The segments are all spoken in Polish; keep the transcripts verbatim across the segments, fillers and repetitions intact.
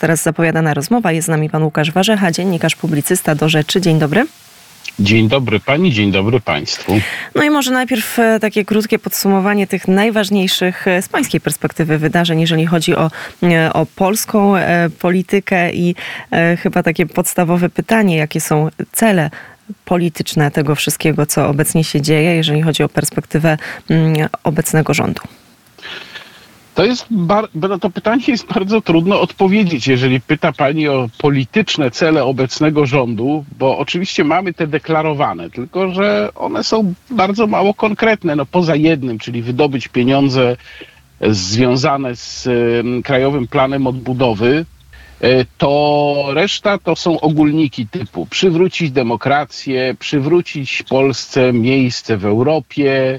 teraz zapowiadana rozmowa. Jest z nami pan Łukasz Warzecha, dziennikarz, publicysta Do Rzeczy. Dzień dobry. Dzień dobry pani, dzień dobry państwu. No i może najpierw takie krótkie podsumowanie tych najważniejszych z pańskiej perspektywy wydarzeń, jeżeli chodzi o, o polską politykę i chyba takie podstawowe pytanie, jakie są cele polityczne tego wszystkiego, co obecnie się dzieje, jeżeli chodzi o perspektywę obecnego rządu. To jest bar- na to pytanie jest bardzo trudno odpowiedzieć, jeżeli pyta pani o polityczne cele obecnego rządu, bo oczywiście mamy te deklarowane, tylko że one są bardzo mało konkretne. No poza jednym, czyli wydobyć pieniądze związane z y, Krajowym Planem Odbudowy, y, to reszta to są ogólniki typu przywrócić demokrację, przywrócić Polsce miejsce w Europie,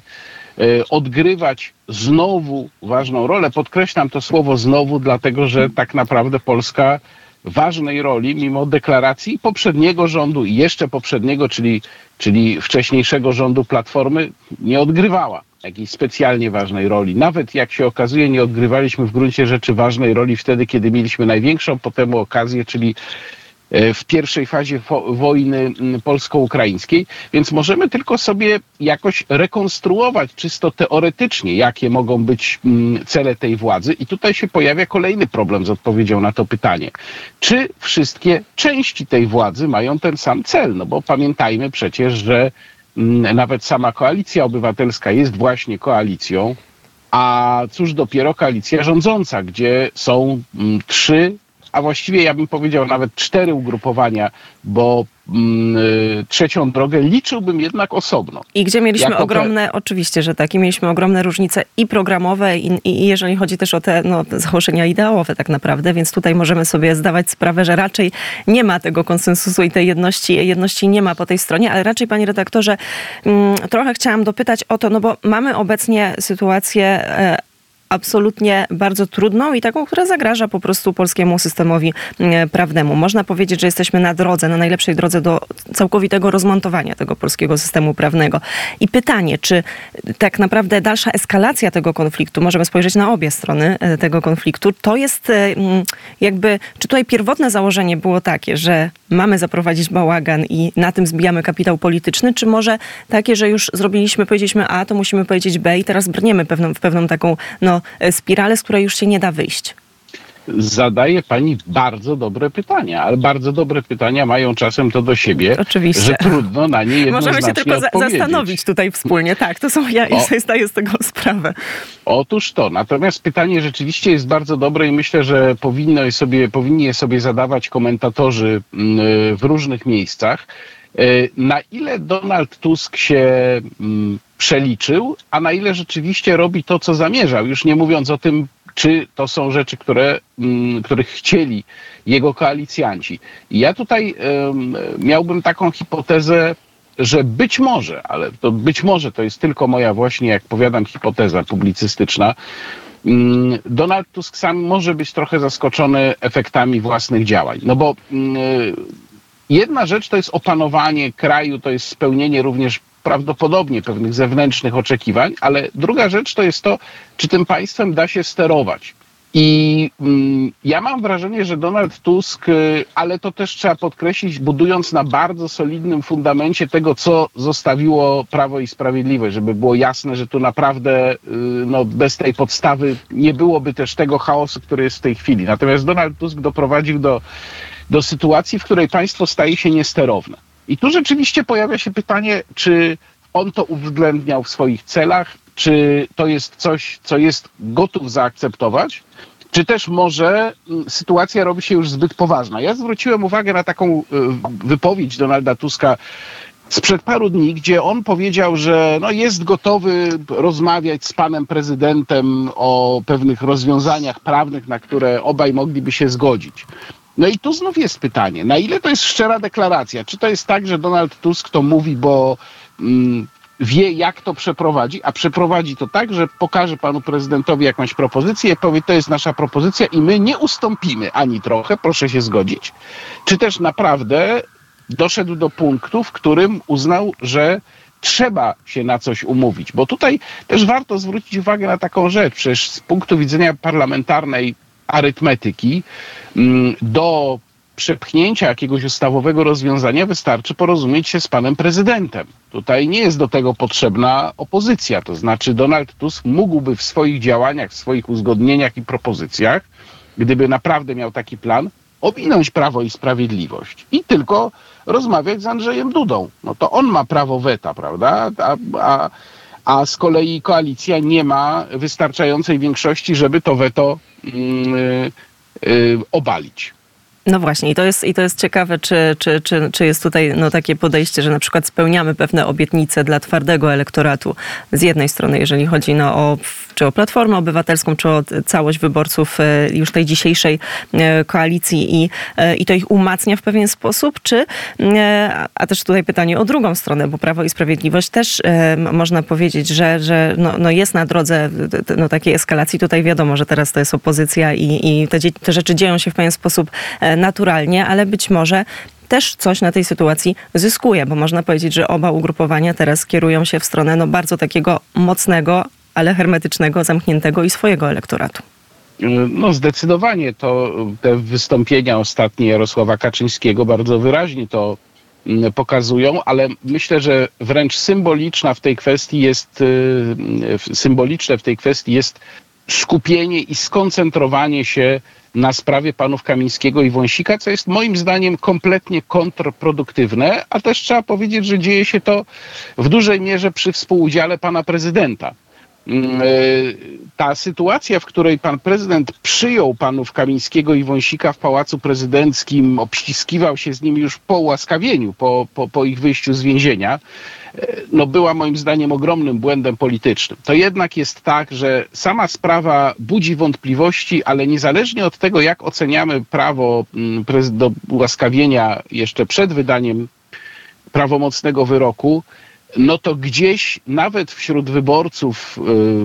odgrywać znowu ważną rolę. Podkreślam to słowo znowu, dlatego że tak naprawdę Polska ważnej roli, mimo deklaracji poprzedniego rządu i jeszcze poprzedniego, czyli, czyli wcześniejszego rządu Platformy, nie odgrywała jakiejś specjalnie ważnej roli. Nawet jak się okazuje, nie odgrywaliśmy w gruncie rzeczy ważnej roli wtedy, kiedy mieliśmy największą potem okazję, czyli w pierwszej fazie wo- wojny polsko-ukraińskiej, więc możemy tylko sobie jakoś rekonstruować czysto teoretycznie, jakie mogą być mm, cele tej władzy. I tutaj się pojawia kolejny problem z odpowiedzią na to pytanie. Czy wszystkie części tej władzy mają ten sam cel? No bo pamiętajmy przecież, że mm, nawet sama Koalicja Obywatelska jest właśnie koalicją, a cóż dopiero koalicja rządząca, gdzie są mm, trzy a właściwie ja bym powiedział nawet cztery ugrupowania, bo mm, trzecią drogę liczyłbym jednak osobno. I gdzie mieliśmy jako ogromne, te... oczywiście, że tak, i mieliśmy ogromne różnice i programowe, i, i jeżeli chodzi też o te no, założenia ideowe tak naprawdę, więc tutaj możemy sobie zdawać sprawę, że raczej nie ma tego konsensusu i tej jedności, jedności nie ma po tej stronie, ale raczej, panie redaktorze, mm, trochę chciałam dopytać o to, no bo mamy obecnie sytuację e, absolutnie bardzo trudną i taką, która zagraża po prostu polskiemu systemowi prawnemu. Można powiedzieć, że jesteśmy na drodze, na najlepszej drodze do całkowitego rozmontowania tego polskiego systemu prawnego. I pytanie, czy tak naprawdę dalsza eskalacja tego konfliktu, możemy spojrzeć na obie strony tego konfliktu, to jest jakby, czy tutaj pierwotne założenie było takie, że mamy zaprowadzić bałagan i na tym zbijamy kapitał polityczny, czy może takie, że już zrobiliśmy, powiedzieliśmy A, to musimy powiedzieć B i teraz brniemy pewną, w pewną taką no, spiralę, z której już się nie da wyjść? Zadaje pani bardzo dobre pytania, ale bardzo dobre pytania mają czasem to do siebie, oczywiście, że trudno na nie jednoznacznie możemy się tylko za- zastanowić tutaj wspólnie. Tak, to są ja i sobie zdaję z tego sprawę. Otóż to. Natomiast pytanie rzeczywiście jest bardzo dobre i myślę, że powinno je sobie, powinni je sobie zadawać komentatorzy w różnych miejscach. Na ile Donald Tusk się przeliczył, a na ile rzeczywiście robi to, co zamierzał. Już nie mówiąc o tym, czy to są rzeczy, które, których chcieli jego koalicjanci. I ja tutaj um, miałbym taką hipotezę, że być może, ale to być może to jest tylko moja właśnie, jak powiadam, hipoteza publicystyczna, um, Donald Tusk sam może być trochę zaskoczony efektami własnych działań. No bo um, jedna rzecz to jest opanowanie kraju, to jest spełnienie również prawdopodobnie pewnych zewnętrznych oczekiwań, ale druga rzecz to jest to, czy tym państwem da się sterować. I mm, ja mam wrażenie, że Donald Tusk, y, ale to też trzeba podkreślić, budując na bardzo solidnym fundamencie tego, co zostawiło Prawo i Sprawiedliwość, żeby było jasne, że tu naprawdę y, no, bez tej podstawy nie byłoby też tego chaosu, który jest w tej chwili. Natomiast Donald Tusk doprowadził do, do sytuacji, w której państwo staje się niesterowne. I tu rzeczywiście pojawia się pytanie, czy on to uwzględniał w swoich celach, czy to jest coś, co jest gotów zaakceptować, czy też może sytuacja robi się już zbyt poważna. Ja zwróciłem uwagę na taką wypowiedź Donalda Tuska sprzed paru dni, gdzie on powiedział, że no jest gotowy rozmawiać z panem prezydentem o pewnych rozwiązaniach prawnych, na które obaj mogliby się zgodzić. No i tu znów jest pytanie, na ile to jest szczera deklaracja? Czy to jest tak, że Donald Tusk to mówi, bo mm, wie, jak to przeprowadzi, a przeprowadzi to tak, że pokaże panu prezydentowi jakąś propozycję i powie, to jest nasza propozycja i my nie ustąpimy ani trochę, proszę się zgodzić. Czy też naprawdę doszedł do punktu, w którym uznał, że trzeba się na coś umówić? Bo tutaj też warto zwrócić uwagę na taką rzecz, przecież z punktu widzenia parlamentarnej arytmetyki. Do przepchnięcia jakiegoś ustawowego rozwiązania wystarczy porozumieć się z panem prezydentem. Tutaj nie jest do tego potrzebna opozycja. To znaczy Donald Tusk mógłby w swoich działaniach, w swoich uzgodnieniach i propozycjach, gdyby naprawdę miał taki plan, ominąć Prawo i Sprawiedliwość i tylko rozmawiać z Andrzejem Dudą. No to on ma prawo weta, prawda? A, a, a z kolei koalicja nie ma wystarczającej większości, żeby to weto yy, yy, obalić. No właśnie, i to jest, i to jest ciekawe, czy, czy, czy, czy jest tutaj no, takie podejście, że na przykład spełniamy pewne obietnice dla twardego elektoratu z jednej strony, jeżeli chodzi no, o, czy o Platformę Obywatelską, czy o całość wyborców już tej dzisiejszej koalicji i, i to ich umacnia w pewien sposób, czy, a też tutaj pytanie o drugą stronę, bo Prawo i Sprawiedliwość też można powiedzieć, że, że no, no jest na drodze no, takiej eskalacji. Tutaj wiadomo, że teraz to jest opozycja i, i te, te rzeczy dzieją się w pewien sposób naturalnie, ale być może też coś na tej sytuacji zyskuje, bo można powiedzieć, że oba ugrupowania teraz kierują się w stronę no, bardzo takiego mocnego, ale hermetycznego, zamkniętego i swojego elektoratu. No zdecydowanie to te wystąpienia ostatnie Jarosława Kaczyńskiego bardzo wyraźnie to pokazują, ale myślę, że wręcz symboliczna w tej kwestii jest, symboliczne w tej kwestii jest skupienie i skoncentrowanie się na sprawie panów Kamińskiego i Wąsika, co jest moim zdaniem kompletnie kontrproduktywne, a też trzeba powiedzieć, że dzieje się to w dużej mierze przy współudziale pana prezydenta. Ta sytuacja, w której pan prezydent przyjął panów Kamińskiego i Wąsika w Pałacu Prezydenckim, obściskiwał się z nimi już po ułaskawieniu, po, po, po ich wyjściu z więzienia, no była moim zdaniem ogromnym błędem politycznym. To jednak jest tak, że sama sprawa budzi wątpliwości, ale niezależnie od tego, jak oceniamy prawo do ułaskawienia jeszcze przed wydaniem prawomocnego wyroku, no to gdzieś nawet wśród wyborców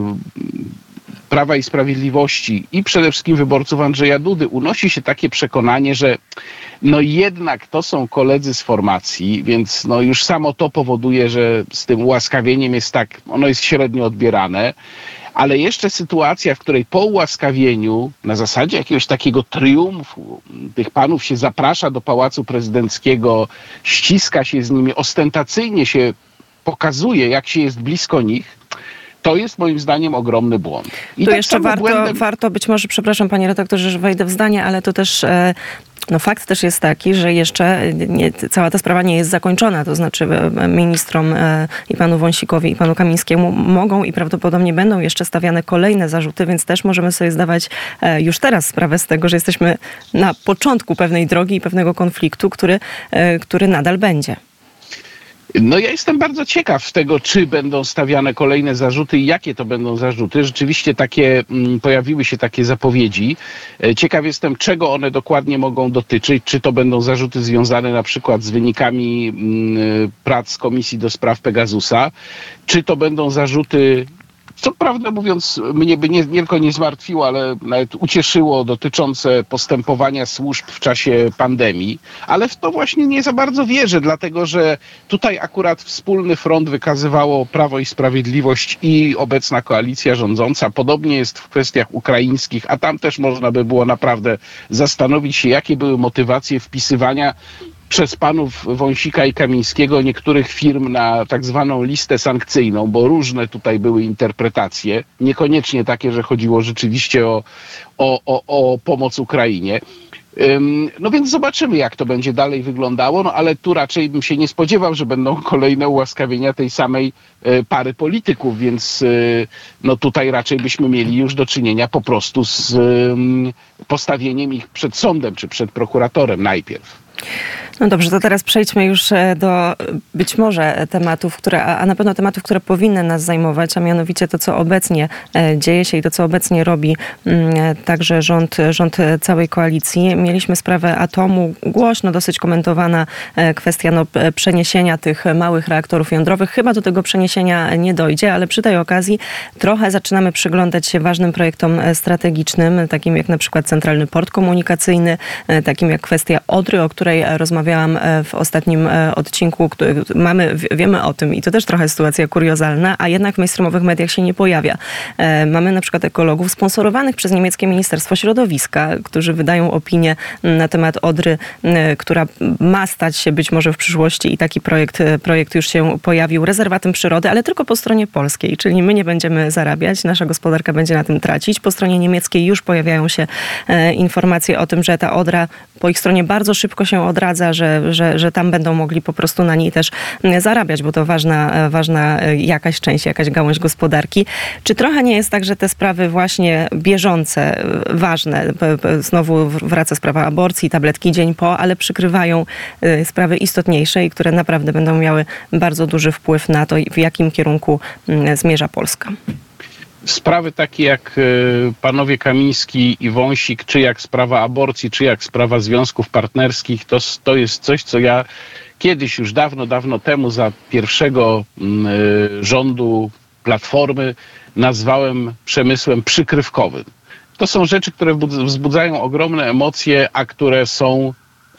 yy, Prawa i Sprawiedliwości i przede wszystkim wyborców Andrzeja Dudy unosi się takie przekonanie, że no jednak to są koledzy z formacji, więc no już samo to powoduje, że z tym ułaskawieniem jest tak, ono jest średnio odbierane. Ale jeszcze sytuacja, w której po ułaskawieniu, na zasadzie jakiegoś takiego triumfu, tych panów się zaprasza do Pałacu Prezydenckiego, ściska się z nimi, ostentacyjnie się pokazuje, jak się jest blisko nich, to jest moim zdaniem ogromny błąd. I tu tak jeszcze warto, błędem... warto być może, przepraszam panie redaktorze, że wejdę w zdanie, ale to też... No fakt też jest taki, że jeszcze nie, cała ta sprawa nie jest zakończona, to znaczy ministrom i panu Wąsikowi i panu Kamińskiemu mogą i prawdopodobnie będą jeszcze stawiane kolejne zarzuty, więc też możemy sobie zdawać już teraz sprawę z tego, że jesteśmy na początku pewnej drogi i pewnego konfliktu, który, który nadal będzie. No ja jestem bardzo ciekaw tego, czy będą stawiane kolejne zarzuty i jakie to będą zarzuty. Rzeczywiście takie pojawiły się takie zapowiedzi. Ciekaw jestem, czego one dokładnie mogą dotyczyć. Czy to będą zarzuty związane na przykład z wynikami prac Komisji do Spraw Pegasusa, czy to będą zarzuty, co prawdę mówiąc mnie by nie, nie tylko nie zmartwiło, ale nawet ucieszyło, dotyczące postępowania służb w czasie pandemii, ale w to właśnie nie za bardzo wierzę, dlatego że tutaj akurat wspólny front wykazywało Prawo i Sprawiedliwość i obecna koalicja rządząca. Podobnie jest w kwestiach ukraińskich, a tam też można by było naprawdę zastanowić się, jakie były motywacje wpisywania przez panów Wąsika i Kamińskiego niektórych firm na tak zwaną listę sankcyjną, bo różne tutaj były interpretacje, niekoniecznie takie, że chodziło rzeczywiście o, o, o, o pomoc Ukrainie. No więc zobaczymy, jak to będzie dalej wyglądało, no ale tu raczej bym się nie spodziewał, że będą kolejne ułaskawienia tej samej pary polityków, więc no tutaj raczej byśmy mieli już do czynienia po prostu z postawieniem ich przed sądem czy przed prokuratorem najpierw. No dobrze, to teraz przejdźmy już do być może tematów, które, a na pewno tematów, które powinny nas zajmować, a mianowicie to, co obecnie dzieje się i to, co obecnie robi także rząd, rząd całej koalicji. Mieliśmy sprawę atomu, głośno dosyć komentowana kwestia no, przeniesienia tych małych reaktorów jądrowych. Chyba do tego przeniesienia nie dojdzie, ale przy tej okazji trochę zaczynamy przyglądać się ważnym projektom strategicznym, takim jak na przykład Centralny Port Komunikacyjny, takim jak kwestia Odry, o której rozmawiamy rozmawiałam w ostatnim odcinku, który mamy, wiemy o tym i to też trochę sytuacja kuriozalna, a jednak w mainstreamowych mediach się nie pojawia. Mamy na przykład ekologów sponsorowanych przez niemieckie Ministerstwo Środowiska, którzy wydają opinię na temat Odry, która ma stać się być może w przyszłości i taki projekt, projekt już się pojawił, rezerwatem przyrody, ale tylko po stronie polskiej, czyli my nie będziemy zarabiać, nasza gospodarka będzie na tym tracić. Po stronie niemieckiej już pojawiają się e, informacje o tym, że ta Odra po ich stronie bardzo szybko się odradza, że, że, że tam będą mogli po prostu na niej też zarabiać, bo to ważna, ważna jakaś część, jakaś gałąź gospodarki. Czy trochę nie jest tak, że te sprawy właśnie bieżące, ważne, znowu wraca sprawa aborcji, tabletki dzień po, ale przykrywają sprawy istotniejsze i które naprawdę będą miały bardzo duży wpływ na to, w jakim kierunku zmierza Polska? Sprawy takie jak panowie Kamiński i Wąsik, czy jak sprawa aborcji, czy jak sprawa związków partnerskich, to, to jest coś, co ja kiedyś już dawno, dawno temu za pierwszego y, rządu Platformy nazwałem przemysłem przykrywkowym. To są rzeczy, które wzbudzają ogromne emocje, a które są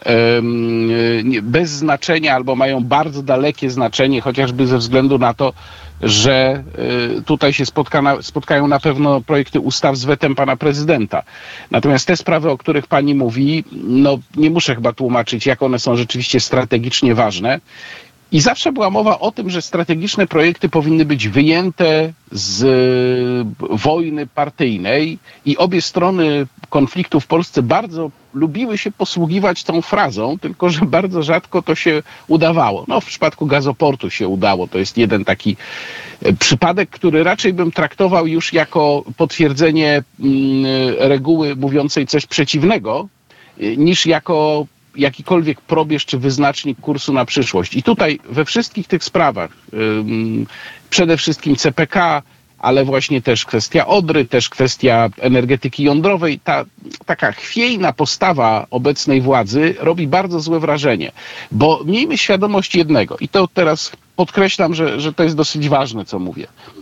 y, bez znaczenia albo mają bardzo dalekie znaczenie, chociażby ze względu na to, że tutaj się spotka na, spotkają na pewno projekty ustaw z wetem pana prezydenta. Natomiast te sprawy, o których pani mówi, no nie muszę chyba tłumaczyć, jak one są rzeczywiście strategicznie ważne. I zawsze była mowa o tym, że strategiczne projekty powinny być wyjęte z wojny partyjnej i obie strony konfliktu w Polsce bardzo lubiły się posługiwać tą frazą, tylko że bardzo rzadko to się udawało. No w przypadku gazoportu się udało. To jest jeden taki przypadek, który raczej bym traktował już jako potwierdzenie reguły mówiącej coś przeciwnego, niż jako jakikolwiek probierz czy wyznacznik kursu na przyszłość. I tutaj we wszystkich tych sprawach, przede wszystkim C P K, ale właśnie też kwestia Odry, też kwestia energetyki jądrowej, ta taka chwiejna postawa obecnej władzy robi bardzo złe wrażenie. Bo miejmy świadomość jednego, i to teraz podkreślam, że, że to jest dosyć ważne, co mówię.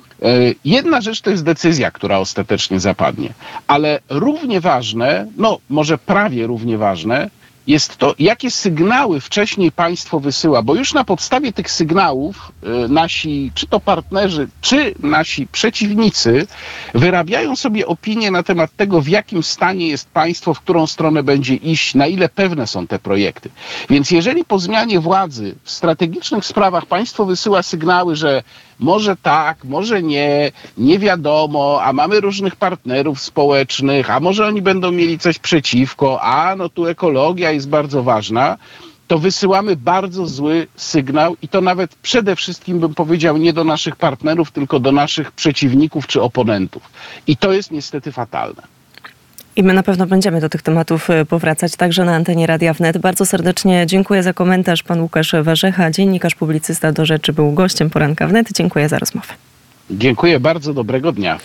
Jedna rzecz to jest decyzja, która ostatecznie zapadnie, ale równie ważne, no może prawie równie ważne, jest to, jakie sygnały wcześniej państwo wysyła, bo już na podstawie tych sygnałów nasi, czy to partnerzy, czy nasi przeciwnicy wyrabiają sobie opinie na temat tego, w jakim stanie jest państwo, w którą stronę będzie iść, na ile pewne są te projekty. Więc jeżeli po zmianie władzy w strategicznych sprawach państwo wysyła sygnały, że może tak, może nie, nie wiadomo, a mamy różnych partnerów społecznych, a może oni będą mieli coś przeciwko, a no tu ekologia jest bardzo ważna, to wysyłamy bardzo zły sygnał i to nawet przede wszystkim bym powiedział nie do naszych partnerów, tylko do naszych przeciwników czy oponentów. I to jest niestety fatalne. I my na pewno będziemy do tych tematów powracać także na antenie Radia Wnet. Bardzo serdecznie dziękuję za komentarz. Pan Łukasz Warzecha, dziennikarz, publicysta Do Rzeczy, był gościem Poranka Wnet. Dziękuję za rozmowę. Dziękuję bardzo, dobrego dnia.